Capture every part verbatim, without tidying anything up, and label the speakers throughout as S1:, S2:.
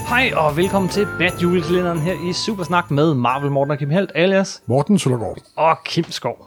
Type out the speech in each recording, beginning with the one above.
S1: Hej og velkommen til Bat julekalenderen her i Supersnak med Marvel Morten og Kim Helt, alias
S2: Morten Søndergaard
S1: og Kim Skov.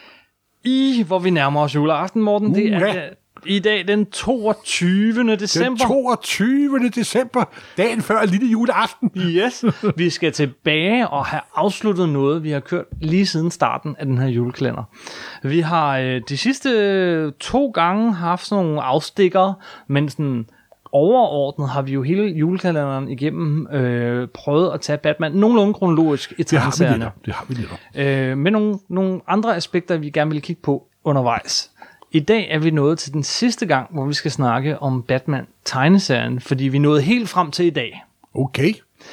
S1: I hvor vi nærmer os juleaften, Morten, uh, det er ja. i dag den toogtyvende december.
S2: Den toogtyvende december, dagen før lille juleaften.
S1: Yes, vi skal tilbage og have afsluttet noget, vi har kørt lige siden starten af den her julekalender. Vi har øh, de sidste to gange haft sådan nogle afstikkere, men sådan overordnet har vi jo hele julekalenderen igennem øh, prøvet at tage Batman nogenlunde kronologisk i tegneserierne.
S2: Det har vi lidt om.
S1: Øh, med nogle, nogle andre aspekter, vi gerne vil kigge på undervejs. I dag er vi nået til den sidste gang, hvor vi skal snakke om Batman-tegneserien, fordi vi nåede helt frem til i dag.
S2: Okay.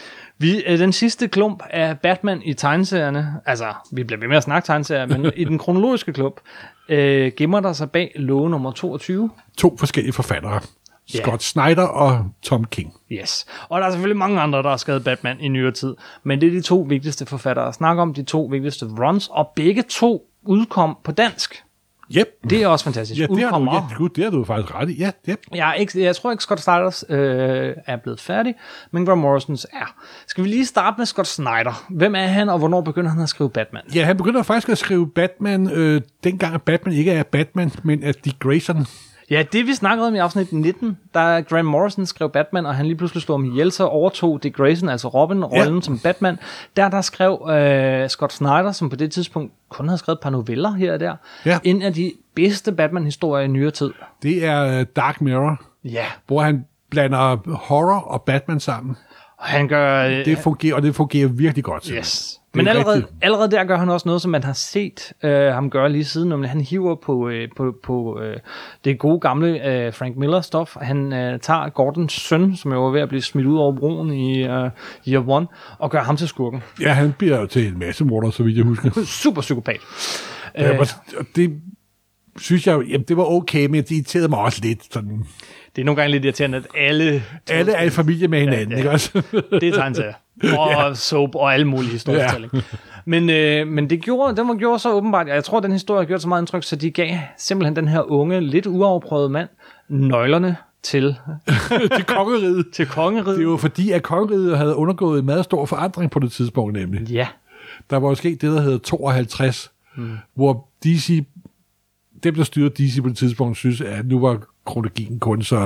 S1: Vi er den sidste klump af Batman i tegneserierne, altså vi bliver ved med at snakke tegneserier, men i den kronologiske klump øh, gemmer der sig bag låge nummer toogtyve.
S2: To forskellige forfattere. Scott yeah. Snyder og Tom King.
S1: Yes. Og der er selvfølgelig mange andre, der har skrevet Batman i nyere tid. Men det er de to vigtigste forfattere at snakke om, de to vigtigste runs, og begge to udkom på dansk.
S2: Yep.
S1: Det er også fantastisk.
S2: Ja, det har, du, ja, Gud, det har du faktisk ret i. Ja, yep.
S1: jeg, er ikke, jeg tror ikke, Scott Snyders øh, er blevet færdig, men Grant Morrisons er. Skal vi lige starte med Scott Snyder? Hvem er han, og hvornår begynder han at skrive Batman?
S2: Ja, han begynder faktisk at skrive Batman, øh, dengang at Batman ikke er Batman, men er Dick Grayson.
S1: Ja, det vi snakkede om i afsnit nitten, da Grant Morrison skrev Batman, og han lige pludselig slog ham ihjel, så overtog Dick Grayson, altså Robin, rollen ja. som Batman. Der der skrev øh, Scott Snyder, som på det tidspunkt kun havde skrevet et par noveller her og der, ja. en af de bedste Batman-historier i nyere tid. Det
S2: er uh, Dark Mirror,
S1: ja.
S2: hvor han blander horror og Batman sammen.
S1: Og han gør... Øh,
S2: det fungerer, og det fungerer virkelig godt.
S1: Yes. Men allerede, allerede der gør han også noget, som man har set øh, ham gøre lige siden, nemlig han hiver på, øh, på, på øh, det gode gamle øh, Frank Miller-stof. Han øh, tager Gordons søn, som jo er ved at blive smidt ud over broen i øh, Year One, og gør ham til skurken.
S2: Ja, han bliver jo til en masse morder, så vidt jeg husker.
S1: Super psykopat.
S2: Ja, øh, det synes jeg, jamen, det var okay, men det irriterede mig også lidt sådan...
S1: Det er nogle gange lidt irriterende, at alle...
S2: Alle er i familie med hinanden, ja, ja. ikke også?
S1: Det er tegneserier. Og ja. soap og alle mulige historiefortælling. Ja. Men, øh, men det gjorde, den var gjort så åbenbart, jeg tror, at den historie har gjort så meget indtryk, så de gav simpelthen den her unge, lidt uafprøvede mand nøglerne til...
S2: til kongeriget.
S1: til kongeriget.
S2: Det var fordi, at kongeriget havde undergået en meget stor forandring på det tidspunkt, nemlig.
S1: Ja.
S2: Der var jo sket det, der hedder tooghalvtreds, mm. hvor D C... Dem, der styrede D C på det tidspunkt, synes, at nu var kronologien kun så...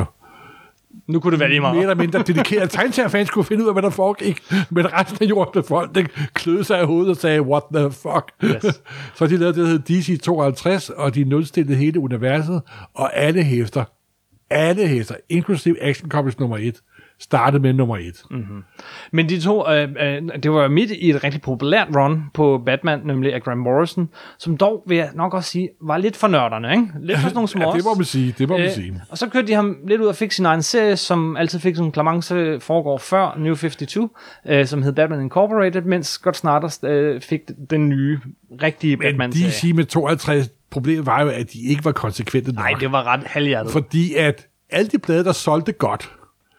S1: Nu kunne det være lige meget.
S2: Mere eller mindre dedikerede tegneseriefans kunne finde ud af, hvad der foregik. Men resten af jorden, folk, der kløede sig i hovedet og sagde, what the fuck? Yes. Så de lavede det, der hed D C tooghalvtreds, og de nulstillede hele universet, og alle hæfter, alle hæfter, inklusive Action Comics nummer et, startede med nummer et. Mm-hmm.
S1: Men de to, øh, øh, det var midt i et rigtig populært run på Batman, nemlig af Grant Morrison, som dog, vil jeg nok også sige, var lidt for nørderne, ikke? Lidt for sådan nogle små.
S2: Ja, det må man sige, det må man øh, sige.
S1: Og så kørte de ham lidt ud og fik sin egen serie, som altid fik sådan en klamance foregår før New femoghalvfems, øh, som hed Batman Incorporated, mens Scott Snyder øh, fik den nye, rigtige Batman-serie.
S2: Men D C med tooghalvtreds, problemet var jo, at de ikke var konsekvente nok.
S1: Nej, det var ret halvhjertet.
S2: Fordi at alle de blade, der solgte godt,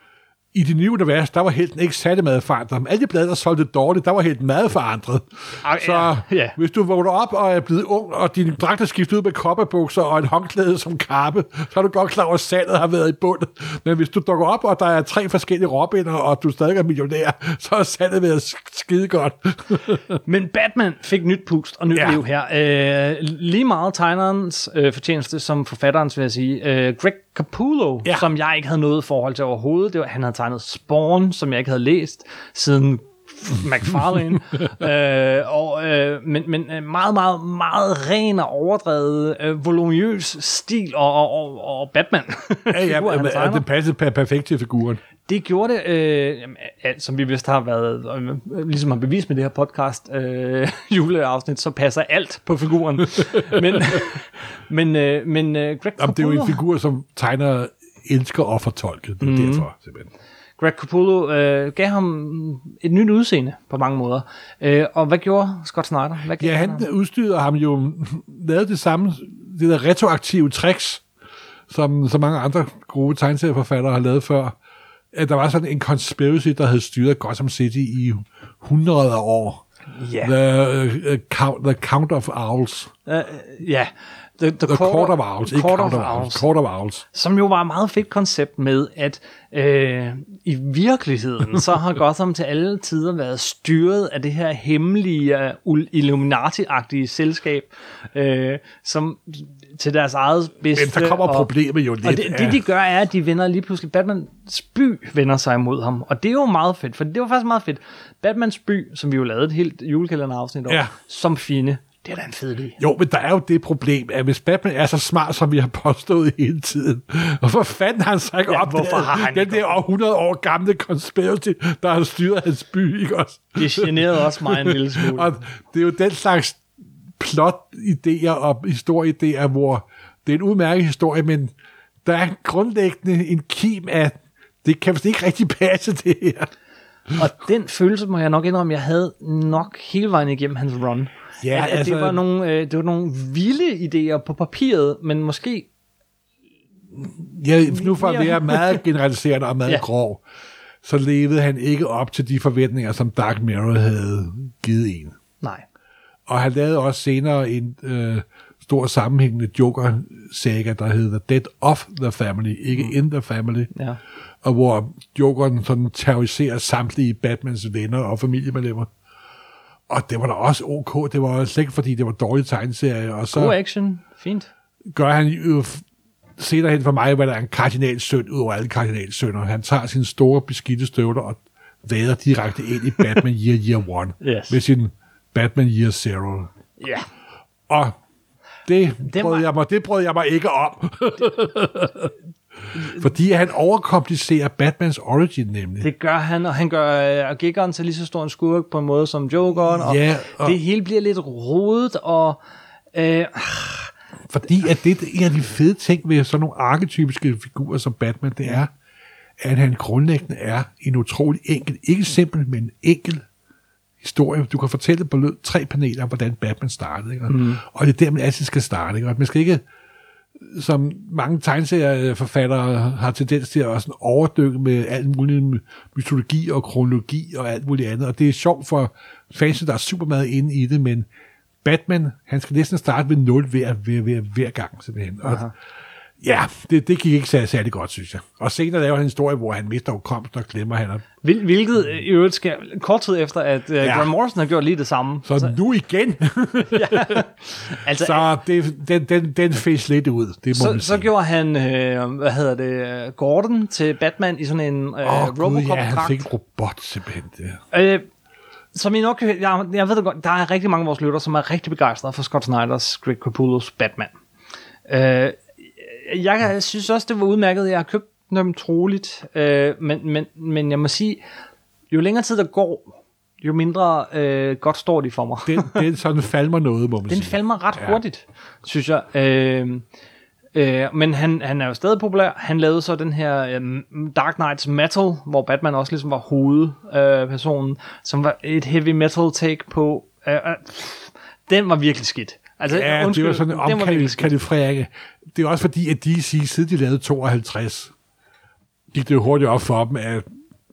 S2: i det nye univers, der var helten ikke særlig meget forandret. Men alle de blade, der solgte dårligt, der var helten meget forandret. Okay, så ja, ja. Hvis du vågner op og er blevet ung, og din dragt er skiftet ud med kopperbukser og en håndklæde som kappe, så er du godt klar over, at salget har været i bund. Men hvis du dukker op, og der er tre forskellige Robiner, og du stadig er millionær, så har salget været skide godt.
S1: Men Batman fik nyt pust og nyt ja. liv her. Øh, lige meget tegnerens øh, fortjeneste som forfatterens, vil jeg sige. Øh, Greg Capullo, ja. som jeg ikke havde noget forhold til overhovedet. Det var, han havde tegnet Spawn, som jeg ikke havde læst siden McFarlane. øh, og, øh, men, men meget, meget, meget ren og overdrevet, øh, voluminøs stil og, og, og, og Batman.
S2: ja, ja, ja det passede perfekt til figuren.
S1: Det gjorde det, øh, som vi vist har været, øh, ligesom har bevist med det her podcast øh, juleafsnit, så passer alt på figuren. men men, øh, men øh, Greg
S2: Capullo... Det er jo en figur, som tegner elsker at fortolke. Det er mm. derfor, simpelthen.
S1: Greg Capullo øh, gav ham et nyt udseende på mange måder. Øh, og hvad gjorde Scott Snyder? Hvad
S2: ja, han, han udstyrede ham jo, lavede det samme, det der retroaktive tricks, som så mange andre gode tegneserieforfattere har lavet før. At der var sådan en conspiracy, der havde styret Gotham City i hundrede af år.
S1: Yeah.
S2: The, uh, count, the Count of Owls.
S1: Uh, ja, The, the,
S2: the Court of Owls, ikke Court of Owls. Court of Owls.
S1: Som jo var et meget fedt koncept med, at øh, i virkeligheden, så har Gotham til alle tider været styret af det her hemmelige, uh, Illuminati-agtige selskab, øh, som til deres eget bedste.
S2: Men der kommer problemet jo lidt.
S1: Og det, det, de gør, er, at de vender lige pludselig, Batmans by vender sig imod ham. Og det er jo meget fedt, for det var faktisk meget fedt. Batmans by, som vi jo lavede et helt julekalender-afsnit om, ja. Som fjende. Det er da en fed idé.
S2: Jo, men der er jo det problem, at hvis Batman er så smart, som vi har påstået hele tiden, hvorfor fanden har han så ikke ja, opdaget den der hundrede år gamle conspiracy, der har styret hans by, ikke også?
S1: Det generede også mig en lille smule.
S2: Og det er jo den slags plot-idéer og historieidéer, hvor det er en udmærket historie, men der er grundlæggende en kim af, det kan vist ikke rigtig passe det her.
S1: Og den følelse må jeg nok indrømme, jeg havde nok hele vejen igennem hans run. Ja, at, at altså, det, var nogle, øh, det var nogle vilde idéer på papiret, men måske...
S2: Ja, nu for at være meget generaliserende og meget ja. grov, så levede han ikke op til de forventninger, som Dark Mirror havde givet en.
S1: Nej.
S2: Og han lavede også senere en øh, stor sammenhængende Joker-saga, der hedder Death of the Family, ikke mm. In the Family. Ja. Og hvor Jokeren sådan terroriserer samtlige Batmans venner og familiemedlemmer. Og det var da også ok. Det var slet ikke, fordi det var dårlige tegneserier. Og så
S1: god action. Fint.
S2: Gør han jo senere hen for mig, hvad der er en kardinalsøn ud over alle kardinalsønner. Han tager sine store beskidte støvler og vader direkte ind i Batman Year Year One. Yes. Med sin Batman Year Zero.
S1: Ja. Yeah.
S2: Og det brød, jeg mig, det brød jeg mig ikke om. Fordi han overkomplicerer Batmans origin nemlig.
S1: Det gør han, og han gør uh, Giggeren til lige så stor en skurk på en måde som Jokeren, og, ja, og det hele bliver lidt rodet, og... Uh,
S2: fordi at det er en af de fede ting ved sådan nogle arketypiske figurer som Batman, det er, at han grundlæggende er en utrolig enkel, ikke simpel, men enkel historie. Du kan fortælle på tre paneler om, hvordan Batman startede. Ikke? Mm. Og det er der, man altid skal starte. Ikke? Man skal ikke, som mange tegneserieforfattere har tendens til at sådan overdykke med alt muligt mytologi og kronologi og alt muligt andet. Og det er sjovt for fans, der er super meget inde i det, men Batman, han skal næsten starte ved nul hver, hver, hver, hver gang, simpelthen. Og ja, det, det gik ikke særlig, særlig godt, synes jeg. Og senere laver han en historie, hvor han mister hukommelsen og glemmer han.
S1: Hvil, hvilket i øvrigt sker kort tid efter, at uh, ja. Grant Morrison har gjort lige det samme.
S2: Så, så. nu igen. ja. altså, så det, den, den, den fæs lidt ud, det må
S1: så,
S2: man
S1: sige. Så gjorde han, øh, hvad hedder det, Gordon til Batman i sådan en øh,
S2: oh,
S1: Robocop-dragt.
S2: Ja, han fik en robot, simpelthen. Ja.
S1: Øh, Som I nok, jeg, jeg ved det godt, der er rigtig mange af vores lyttere, som er rigtig begejstrede for Scott Snyders, Greg Capullos Batman. Øh, jeg synes også, det var udmærket. Jeg har købt dem troligt, øh, men, men, men jeg må sige, jo længere tid der går, jo mindre øh, godt står de for mig.
S2: Den, den sådan falmer noget, må man
S1: den
S2: sige.
S1: Den falmer ret ja. hurtigt, synes jeg. Øh, øh, men han, han er jo stadig populær. Han lavede så den her øh, Dark Knights Metal, hvor Batman også ligesom var hovedpersonen, øh, som var et heavy metal take på. Øh, øh, den var virkelig skidt. Altså,
S2: ja, undskyld, det var sådan en omkalifrering. Det er også fordi, at D C, siden de lavede tooghalvtreds, gik det jo hurtigt op for dem, at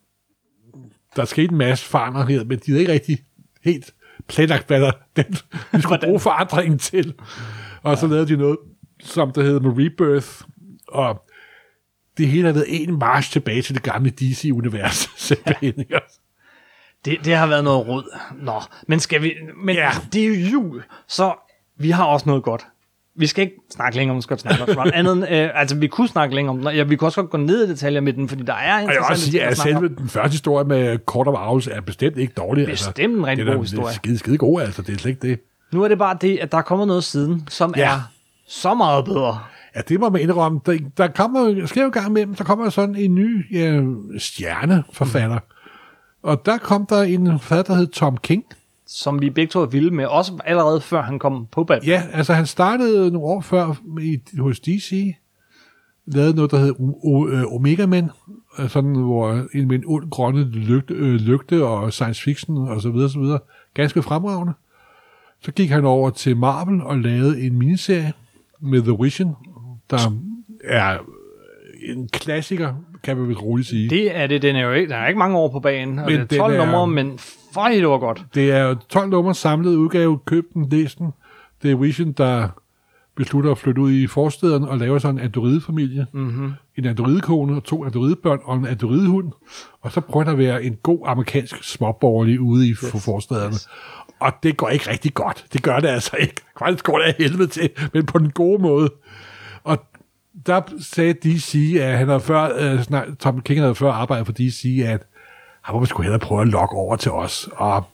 S2: der skete en masse forandringer, men de havde ikke rigtig helt planlagt, hvad der den, de skulle bruge forandringen til. Og ja. Så lavede de noget, som der hedder med Rebirth, og det hele har været en march tilbage til det gamle D C-univers. Ja.
S1: Det, det har været noget rod. Nå, men skal vi... Men ja. Det er jo jul, så vi har også noget godt. Vi skal ikke snakke længere om Scott Snyder's Run. Andet, øh, altså, vi kunne snakke længere om den. Ja, vi kunne også godt gå ned i detaljer med den, fordi der er interessante
S2: ting at sige, at selve den første historie med Court of Owls er bestemt ikke dårlig.
S1: Bestemt altså, en rigtig god historie. Det er
S2: skide, skide god, altså. Det er slet ikke det.
S1: Nu er det bare det, at der er kommet noget siden, som ja. er så meget bedre.
S2: Ja, det må man indrømme. Der, der kommer, sker jo gang med dem, der kommer sådan en ny ja, stjerneforfatter. Mm. Og der kom der en forfatter, der hed Tom King.
S1: Som vi begge to er vilde med, også allerede før han kom på Batman.
S2: Ja, altså han startede nogle år før i, hos D C, lavede noget, der hed Omega Men, sådan, hvor en med en ond grønne lygte, øh, lygte og science fiction og så videre, så videre. Ganske fremragende. Så gik han over til Marvel og lavede en miniserie med The Vision, der er en klassiker, kan man vel roligt sige.
S1: Det er det, den er jo ikke, der er ikke mange år på banen, og men det er tolv numre, men for det var godt.
S2: Det er tolv numre samlet udgave, køb den, læs den. Det er Vision, der beslutter at flytte ud i forstederne og lave sådan en androidefamilie.
S1: Mm-hmm.
S2: En androidekone og to androidebørn og en androidehund. Og så prøver der at være en god amerikansk småborgerlig ude i yes. forstederne. Yes. Og det går ikke rigtig godt. Det gør det altså ikke. Faktisk går det af helvede til, men på den gode måde. Og der sagde D C, at han havde før, øh, snak, Tom King havde før arbejdet for D C, at han må skulle hellere prøve at lokke over til os. Og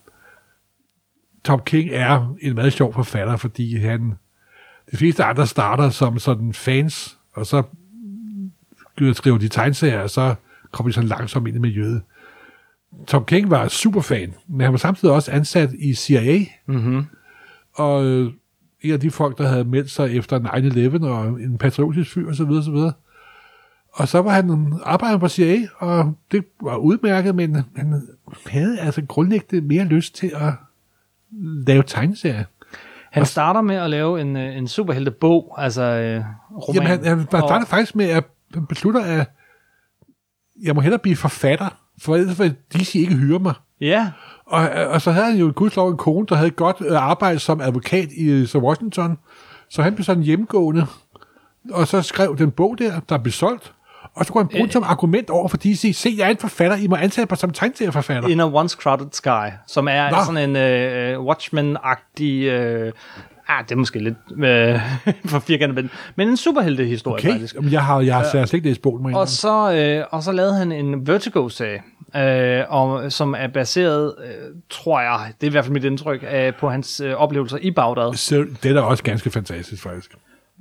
S2: Tom King er en meget sjov forfatter, fordi han, de fleste andre starter som sådan fans, og så skriver de tegneserier, og så kommer de sådan langsomt ind i miljøet. Tom King var superfan, men han var samtidig også ansat i C I A,
S1: mm-hmm.
S2: og øh, en af de folk, der havde meldt sig efter nine eleven og en patriotisk fyr, og så videre, så videre. Og så var han arbejdet på C I A, og det var udmærket, men han havde altså grundlæggende mere lyst til at lave tegneserier.
S1: Han starter med at lave en, en superheltebog, altså øh, roman.
S2: Jamen, han, han starter og... faktisk med at beslutte, at jeg må hellere blive forfatter, for ellers vil D C ikke hyre mig.
S1: Ja.
S2: Og, og så havde han jo gudslov en kone, der havde et godt arbejde som advokat i så Washington, så han blev sådan hjemmegående, og så skrev den bog der, der blev solgt, og så kunne han bruge det som argument over for D C. Se, jeg er en forfatter, I må ansætte mig som tegneserieforfatter.
S1: In a Once Crowded Sky, som er Nå. sådan en uh, Watchmen-agtig... Uh, ah, det er måske lidt uh, for firkantet, men, men en superheltehistorie
S2: okay.
S1: faktisk.
S2: Jeg har, jeg har uh, slet ikke læst bogen.
S1: Og så, uh, og så lavede han en Vertigo-serie, uh, og, som er baseret, uh, tror jeg, det er i hvert fald mit indtryk, uh, på hans uh, oplevelser i Bagdad.
S2: Så det er da også ganske fantastisk, faktisk.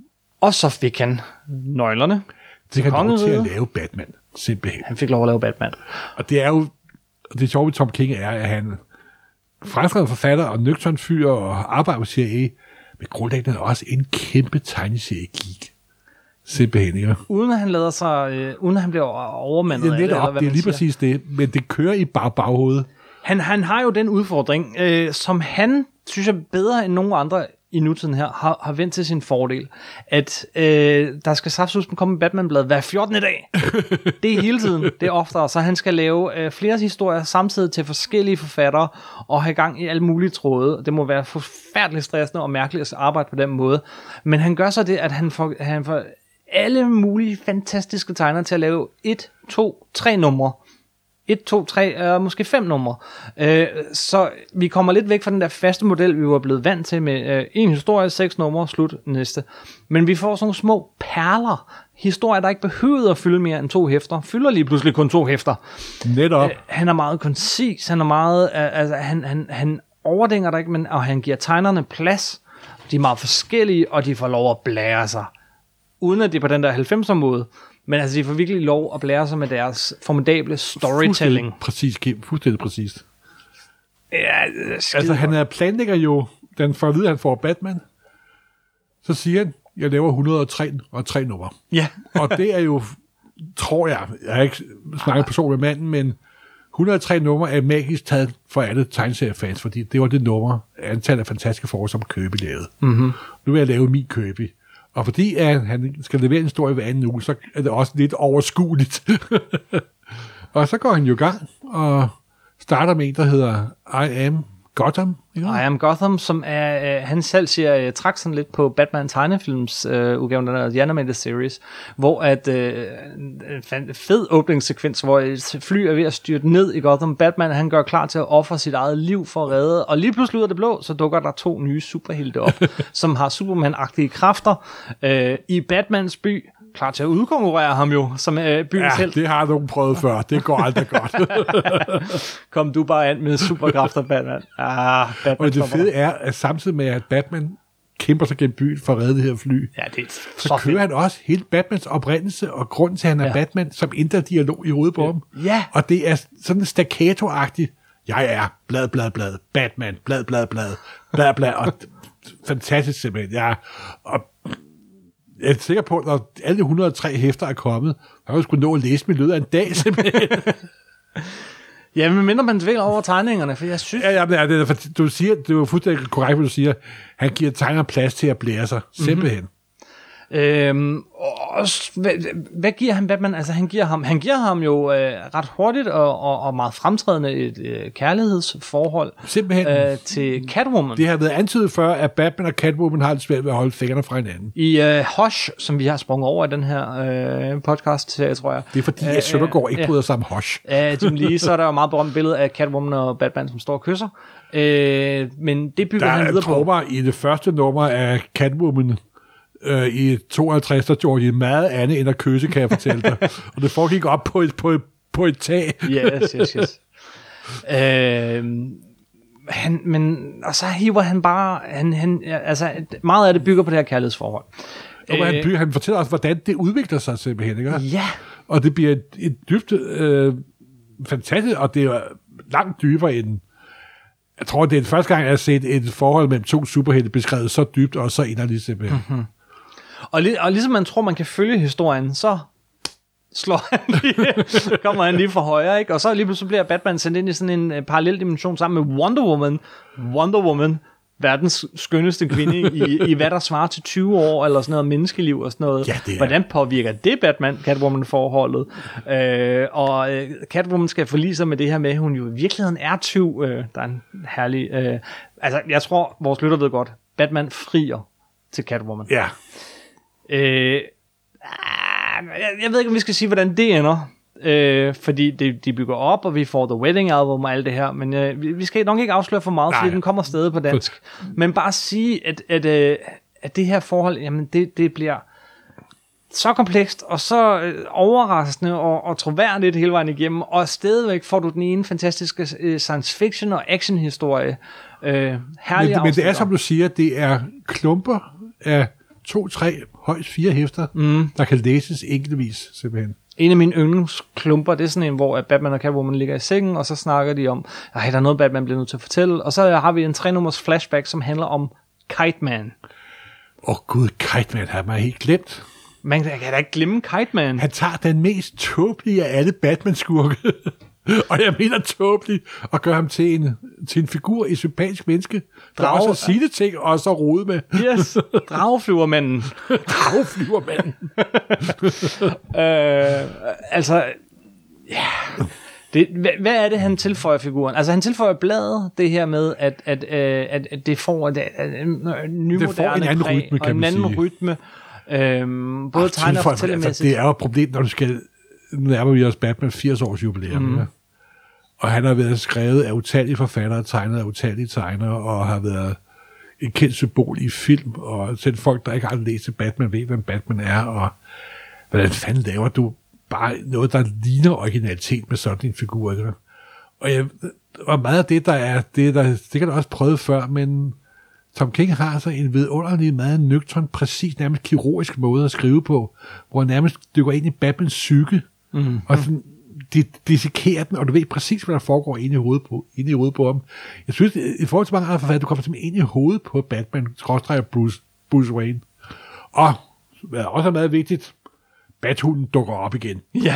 S1: Og så fik han nøglerne.
S2: Det kan lov til at lave Batman, simpelthen.
S1: Han fik lov at lave Batman.
S2: Og det er jo, det sjove ved Tom King er, at han fremtrædende forfatter og nøgtern fyr og arbejder på C I A, men grundlæggende er også en kæmpe tegneserie-geek. Simpelthen, ikke?
S1: Uden at han lader sig, øh, uden at han bliver overmandet af det,
S2: eller hvad det er lige siger. Præcis det, men det kører i bag baghovedet.
S1: Han, han har jo den udfordring, øh, som han, synes jeg, bedre end nogen andre i nutiden her, har, har vendt til sin fordel, at øh, der skal saftsuspen komme en Batman-blad hver fjortende dag. Det er hele tiden, det er oftere, så han skal lave øh, flere historier samtidig til forskellige forfattere, og have gang i alle mulige tråde. Det må være forfærdeligt stressende og mærkeligt at arbejde på den måde. Men han gør så det, at han får, han får alle mulige fantastiske tegnere til at lave et, to, tre numre. et, to, tre, øh, måske fem numre. Øh, så vi kommer lidt væk fra den der faste model, vi var blevet vant til med øh, en historie, seks numre, slut næste. Men vi får sådan nogle små perler, historier, der ikke behøver at fylde mere end to hæfter, fylder lige pludselig kun to hæfter.
S2: Netop. Øh,
S1: han er meget koncis, han er meget, øh, altså han, han, han overdænger der ikke, men og han giver tegnerne plads. De er meget forskellige, og de får lov at blære sig. Uden at det er på den der halvfemser måde. Men altså, de får virkelig lov at blære sig med deres formidable storytelling.
S2: Præcis, Kim. Fuldstændig præcist.
S1: Ja,
S2: altså, han er planlægger jo, den får at vide, at han får Batman. Så siger han, jeg laver et hundrede og tre og tre numre.
S1: Ja.
S2: Og det er jo, tror jeg, jeg har ikke snakket personligt med manden, men et hundrede og tre numre er magisk taget for alle tegneseriefans, fordi det var det nummer, antallet af fantastiske forår, som Kirby lavede.
S1: Mm-hmm.
S2: Nu vil jeg lave min Kirby. Og fordi at han skal levere en historie hver anden uge, så er det også lidt overskueligt. Og så går han jo i gang og starter med en, der hedder I Am Gotham. Ikke?
S1: I Am Gotham, som er, øh, han selv siger, uh, trak sådan lidt på Batman tegnefilms øh, udgaven, den der The Animated Series, hvor at øh, en fed åbningssekvens, hvor et fly er ved at styrte ned i Gotham. Batman, han gør klar til at ofre sit eget liv for at redde, og lige pludselig ud af det blå, så dukker der to nye superhelte op, som har Superman-agtige kræfter øh, i Batmans by, klar til at udkonkurrere ham jo, som øh, byens
S2: ja,
S1: helt.
S2: Det har nogen prøvet før. Det går aldrig godt.
S1: Kom du bare ind med superkræfter, Batman. Ah, Batman
S2: og det fede er, at samtidig med, at Batman kæmper sig gennem byen for at redde det her fly,
S1: ja, det er
S2: så,
S1: så
S2: kører
S1: fedt.
S2: han også hele Batmans oprindelse og grund til, at han er ja. Batman, som ændrer dialog i hovedet på ham.
S1: Ja.
S2: Og det er sådan staccato-agtigt. Jeg er blad, blad, blad. Batman, blad, blad, blad. Blad, blad. Og fantastisk simpelthen. Ja. Og jeg er sikker på, at når alle et hundrede og tre hæfter er kommet, så jeg skulle nå at læse med løbet af en dag, simpelthen.
S1: Ja, men mindre man dvæler over tegningerne, for jeg synes...
S2: Ja, ja, det er, for du siger, det var fuldstændig korrekt, hvad du siger. Han giver tegner plads til at blære sig, simpelthen.
S1: Mm-hmm. Øhm, og, også, hvad, hvad giver han Batman? Altså, han giver ham, han giver ham jo øh, ret hurtigt og, og, og meget fremtrædende et øh, kærlighedsforhold
S2: Simpelthen.
S1: Øh, til Catwoman.
S2: Det har været antydet før, at Batman og Catwoman har det svært ved at holde fingrene fra hinanden.
S1: I øh, Hush, som vi har sprunget over i den her øh, podcast-serie, tror jeg.
S2: Det er fordi, at Søndergaard ikke bryder sig om Hush.
S1: Ja, Jim Lee, så er der jo meget berømt billede af Catwoman og Batman, som står og kysser. Øh, men det bygger
S2: der
S1: han videre på.
S2: Der i det første nummer af Catwoman øh, i tooghalvtreds, der gjorde de meget andet end at kysse, kan jeg fortælle dig. Og det foregik op på et, på et, på et tag.
S1: Yes, yes, yes. øh, han, men, og så hiver han bare, han, han, altså meget af det bygger på det her kærlighedsforhold.
S2: Og øh, han, bygger, han fortæller også, hvordan det udvikler sig simpelthen, ikke?
S1: Ja.
S2: Og det bliver et, et dybt øh, fantastisk, og det er langt dybere end, jeg tror, det er den første gang, jeg har set et forhold mellem to superhelte beskrevet så dybt og så inderligt simpelthen.
S1: Mm-hmm. Og, lig, og ligesom man tror, man kan følge historien, så slår han lige, kommer han lige for højre, ikke? Og så lige pludselig bliver Batman sendt ind i sådan en uh, parallel dimension sammen med Wonder Woman. Wonder Woman, verdens skønneste kvinde i, i hvad der svarer til tyve år, eller sådan noget menneskeliv og sådan noget.
S2: Ja, det er.
S1: Hvordan påvirker det Batman-Catwoman-forholdet? Øh, og øh, Catwoman skal forlige sig med det her med, at hun jo i virkeligheden er tyv. Øh, der er en herlig... Øh, altså, jeg tror, vores lytter ved godt, Batman frier til Catwoman.
S2: Ja.
S1: Øh, jeg, jeg ved ikke, om vi skal sige, hvordan det ender. Øh, fordi det, de bygger op, og vi får The Wedding Album og alt det her, men øh, vi, vi skal nok ikke afsløre for meget, fordi den kommer stadig på dansk. Men bare sige, at, at, at, at det her forhold, jamen det, det bliver så komplekst, og så øh, overraskende og, og troværdigt hele vejen igennem, og stadigvæk får du den ene fantastiske øh, science fiction og action historie. Øh,
S2: men, men det er, som du siger, det er klumper af to, tre, højst fire hæfter, mm. der kan læses enkeltvis simpelthen.
S1: En af mine yndlingsklumper, det er sådan en, hvor Batman og Catwoman ligger i sengen, og så snakker de om, at der er noget, Batman bliver nødt til at fortælle. Og så har vi en tre-nummers flashback, som handler om Kite Man.
S2: Åh oh, gud, Kite Man har man helt glemt.
S1: Man kan da ikke glemme Kite Man.
S2: Han tager den mest tåbelige af alle Batman-skurke. Og jeg mener tåbeligt at gøre ham til en, til en figur i sympatisk menneske, der Drage, også sige det ting, og så rode med.
S1: Yes, drageflyvermanden.
S2: Drageflyvermanden.
S1: øh, altså, ja... Det, hvad, hvad er det, han tilføjer figuren? Altså, han tilføjer bladet, det her med, at, at, at, at det får en nymoderne
S2: en anden
S1: præg,
S2: rytme, kan
S1: og en anden
S2: sige.
S1: rytme. Øhm, både tegner og fortællemæssigt.
S2: Altså, det er jo et problem, når du skal nærmere vi os Batman firs års jubilæum. Mm. Og han har været skrevet af utallige forfattere, tegnet af utallige tegnere, og har været et kendt symbol i film, og selv folk, der ikke har læst Batman, ved, hvem Batman er, og hvordan fanden laver du bare noget, der ligner originalitet med sådan en figur. Ikke? Og, jeg, og meget af det, der er, det, der, det kan jeg også prøve før, men Tom King har så en vidunderlig, meget nøgtern, præcis, nærmest kirurgisk måde at skrive på, hvor han nærmest dykker ind i Batmans psyke, mm-hmm. og sådan, de dissekerer den, og du ved præcis, hvad der foregår inde i hovedet på, inde i hovedet på ham. Jeg synes, i forhold til mange andre forfatter, du kommer simpelthen ind i hovedet på Batman, skråstreger Bruce, Bruce Wayne. Og, hvad også er meget vigtigt, Bathunden dukker op igen.
S1: Ja.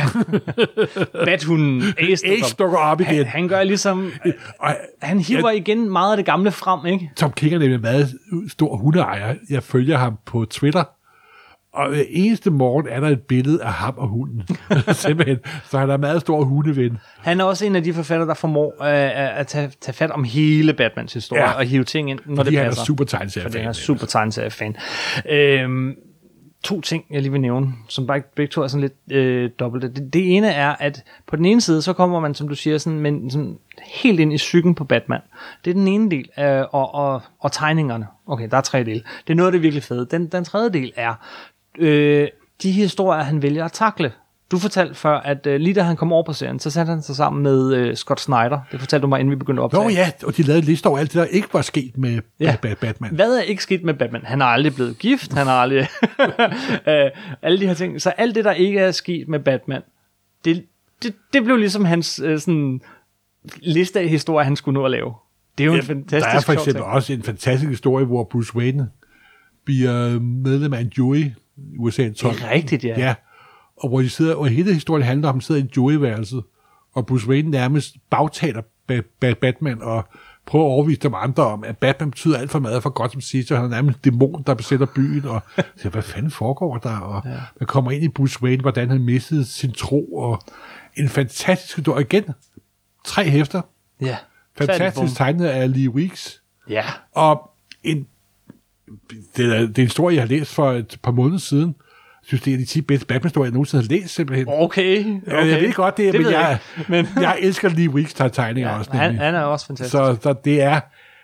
S1: Bathunden, Ace,
S2: Ace dukker op igen.
S1: Han, han gør ligesom... Han hiver jeg, igen meget af det gamle frem, ikke?
S2: Tom King er nemlig en meget stor hundeejer. Jeg følger ham på Twitter, og hver eneste morgen er der et billede af ham og hunden. Simpelthen. Så han er en meget stor hundeven.
S1: Han er også en af de forfattere, der formår øh, at tage, tage fat om hele Batmans historie, ja. Og hive ting ind, når
S2: fordi
S1: det passer.
S2: Han er super tegneserie-fan.
S1: Fordi han er super tegneserie-fan. Øhm, to ting, jeg lige vil nævne, som bare begge to er sådan lidt øh, dobbelt. Det, det ene er, at på den ene side, så kommer man, som du siger, sådan, men, sådan helt ind i psyken på Batman. Det er den ene del, øh, og, og, og tegningerne. Okay, der er tre dele. Det er noget af det virkelig fede. Den, den tredje del er øh, de historier, han vælger at takle. Du fortalte før, at øh, lige da han kom over på serien, så satte han sig sammen med øh, Scott Snyder. Det fortalte du mig, inden vi begyndte at optage.
S2: Nå ja, og de lavede en liste over alt det, der ikke var sket med ja. Batman.
S1: Hvad er ikke sket med Batman? Han har aldrig blevet gift, han har aldrig... øh, alle de her ting. Så alt det, der ikke er sket med Batman, det, det, det blev ligesom hans øh, sådan, liste af historier, han skulle nå at lave. Det er jo ja, en fantastisk
S2: Der er for eksempel også en fantastisk historie, hvor Bruce Wayne bliver medlem af en jury i U S A. Det
S1: er rigtigt, ja.
S2: Ja. Og hvor de sidder, og hele historien handler om, at han sidder i en juryværelse, og Bruce Wayne nærmest bagtaler ba- ba- Batman, og prøve at overvise dem andre om, at Batman betyder alt for meget for Gotham City, og han er nærmest en dæmon, der besætter byen, og så, hvad fanden foregår der? Og ja. Man kommer ind i Bruce Wayne, hvordan han mistede sin tro, og en fantastisk historie. Igen, tre hæfter.
S1: Ja.
S2: Fantastisk tegnet af Lee Weeks.
S1: Ja.
S2: Og en, det, er, det er en historie, jeg har læst for et par måneder siden. Jeg synes, det er de ti bedste Batman-historier, jeg nogensinde har læst, simpelthen.
S1: Okay. okay.
S2: Jeg ved godt, det er, det men, jeg, jeg, men jeg elsker Lee Weeks, der tegninger
S1: ja,
S2: også.
S1: Han, han er også fantastisk.
S2: Så, så det er...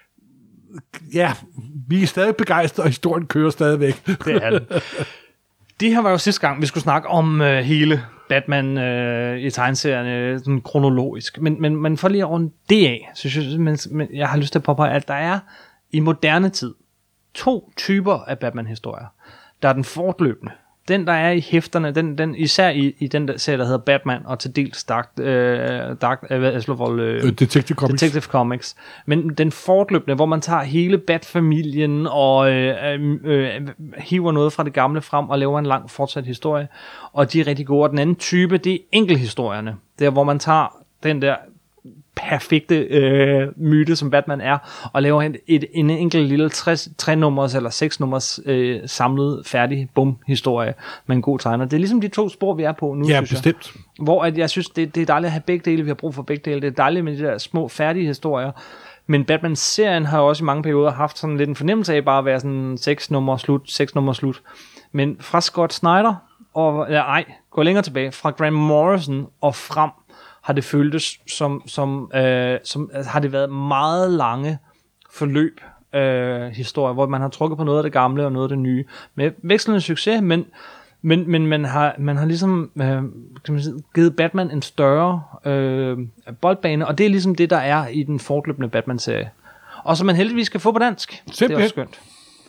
S2: Ja, vi er stadig begejstrede, og historien kører stadigvæk.
S1: Det er det. Det her var jo sidste gang, vi skulle snakke om øh, hele Batman øh, i tegneserierne, sådan kronologisk. Men, men, men for lige at runde det af, så synes jeg, men, men jeg har lyst til at påpege, at der er i moderne tid to typer af Batman-historier. Der er den fortløbende. Den, der er i hæfterne, den, den, især i, i den der serie, der hedder Batman, og til dels Dark, øh, Dark øh, øh,
S2: Detective Comics.
S1: Detective Comics. Men den fortløbende, hvor man tager hele Bat-familien og øh, øh, øh, hiver noget fra det gamle frem og laver en lang fortsat historie. Og de er rigtig gode. Og den anden type, det er enkelthistorierne. Det er, hvor man tager den der perfekte øh, myte, som Batman er, og laver en, et, en enkelt lille tre-nummers eller seks-nummers øh, samlet, færdig, bum, historie med en god tegner. Det er ligesom de to spor, vi er på nu,
S2: ja,
S1: synes
S2: bestemt.
S1: jeg. Hvor at jeg synes, det, det er dejligt at have begge dele, vi har brug for begge dele. Det er dejligt med de der små, færdige historier. Men Batman-serien har også i mange perioder haft sådan lidt en fornemmelse af bare at være sådan seks-nummer slut, seks-nummer slut. Men fra Scott Snyder, og, eller ej, gå længere tilbage, fra Grant Morrison og frem, har det føltes som, som, øh, som har det været meget lange forløb øh, historier, hvor man har trukket på noget af det gamle og noget af det nye. Med vekslende succes, men, men, men man, har, man har ligesom øh, kan man sige, givet Batman en større øh, boldbane, og det er ligesom det, der er i den fortløbende Batman-serie. Og som man heldigvis skal få på dansk. Simpelthen. Det er også skønt.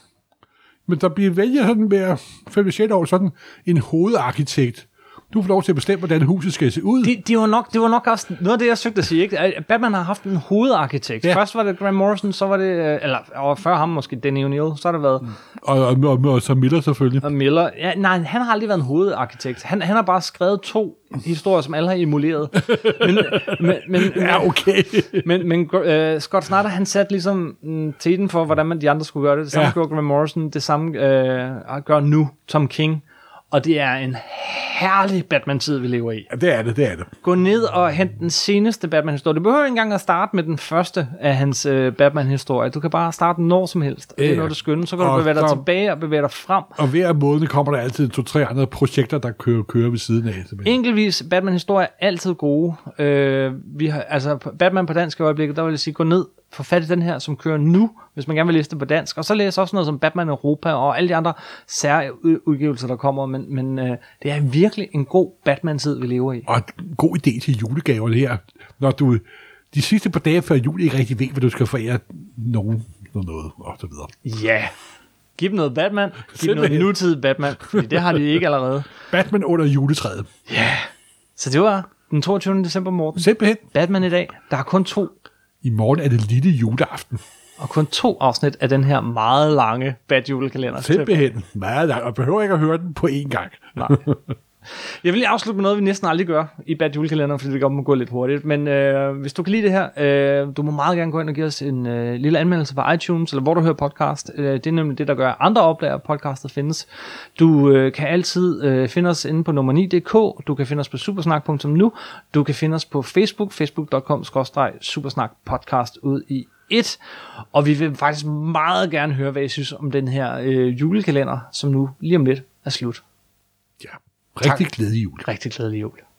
S2: Men der bliver vælget sådan med fem år sådan en hovedarkitekt. Du får lov til at bestemme, hvordan huset skal se ud.
S1: Det, de var nok, det var nok også noget af det, jeg søgte at sige. Ikke? Batman har haft en hovedarkitekt. Ja. Først var det Grant Morrison, så var det, eller og før ham måske, Denny O'Neil, så har det været...
S2: Og, og, og, og så Miller selvfølgelig.
S1: Og Miller. Ja, nej, han har aldrig været en hovedarkitekt. Han, han har bare skrevet to historier, som alle har emuleret. men, men, men,
S2: ja, okay.
S1: men men uh, Scott Snyder, han satte ligesom mm, teten for, hvordan man de andre skulle gøre det. Det samme ja. gjorde Grant Morrison, det samme uh, gør nu Tom King. Og det er en herlig Batman-tid, vi lever i.
S2: Ja, det er det, det er det.
S1: Gå ned og hent den seneste Batman-historie. Du behøver ikke engang at starte med den første af hans øh, Batman-historie. Du kan bare starte når som helst. Ja, det er noget, du skønner. Så kan og du bevæge dig så, tilbage og bevæge dig frem.
S2: Og hver måned kommer der altid to-tre andre projekter, der kører, kører ved siden af.
S1: Enkeltvis Batman-historie er altid gode. Øh, vi har, altså, Batman på dansk i øjeblikket, der vil jeg sige, gå ned, få fat i den her, som kører nu, hvis man gerne vil læse det på dansk. Og så læs også noget som Batman Europa og alle de andre særudgivelser, der kommer. Men, men øh, det er virkelig en god Batman-tid, vi lever i.
S2: Og en god idé til julegaverne her. Når du de sidste par dage før jul ikke rigtig ved, hvad du skal forære nogen noget, og så videre.
S1: Ja. Giv dem noget Batman. Giv dem noget nutidig Batman. Fordi det har de ikke allerede.
S2: Batman under juletræet.
S1: Ja. Yeah. Så det var den toogtyvende december, Morten.
S2: Simpelthen.
S1: Batman i dag. Der er kun to.
S2: I morgen er det lille juleaften.
S1: Og kun to afsnit af den her meget lange Bat-julekalender.
S2: Simpelthen. Meget lang. Og behøver ikke at høre den på én gang.
S1: Nej. Jeg vil lige afslutte med noget, vi næsten aldrig gør i Bat-julekalenderen, fordi det godt må gå lidt hurtigt. Men øh, hvis du kan lide det her, øh, du må meget gerne gå ind og give os en øh, lille anmeldelse på iTunes, eller hvor du hører podcast. Øh, det er nemlig det, der gør andre opdager, at podcastet findes. Du øh, kan altid øh, finde os inde på nummer ni punktum d k. Du kan finde os på supersnak punktum nu. Du kan finde os på Facebook, facebook punktum com skråstreg supersnak podcast ud i et. Og vi vil faktisk meget gerne høre, hvad I synes om den her øh, julekalender, som nu lige om lidt er slut.
S2: Ja. Rigtig glædelig jul.
S1: Rigtig glædelig jul.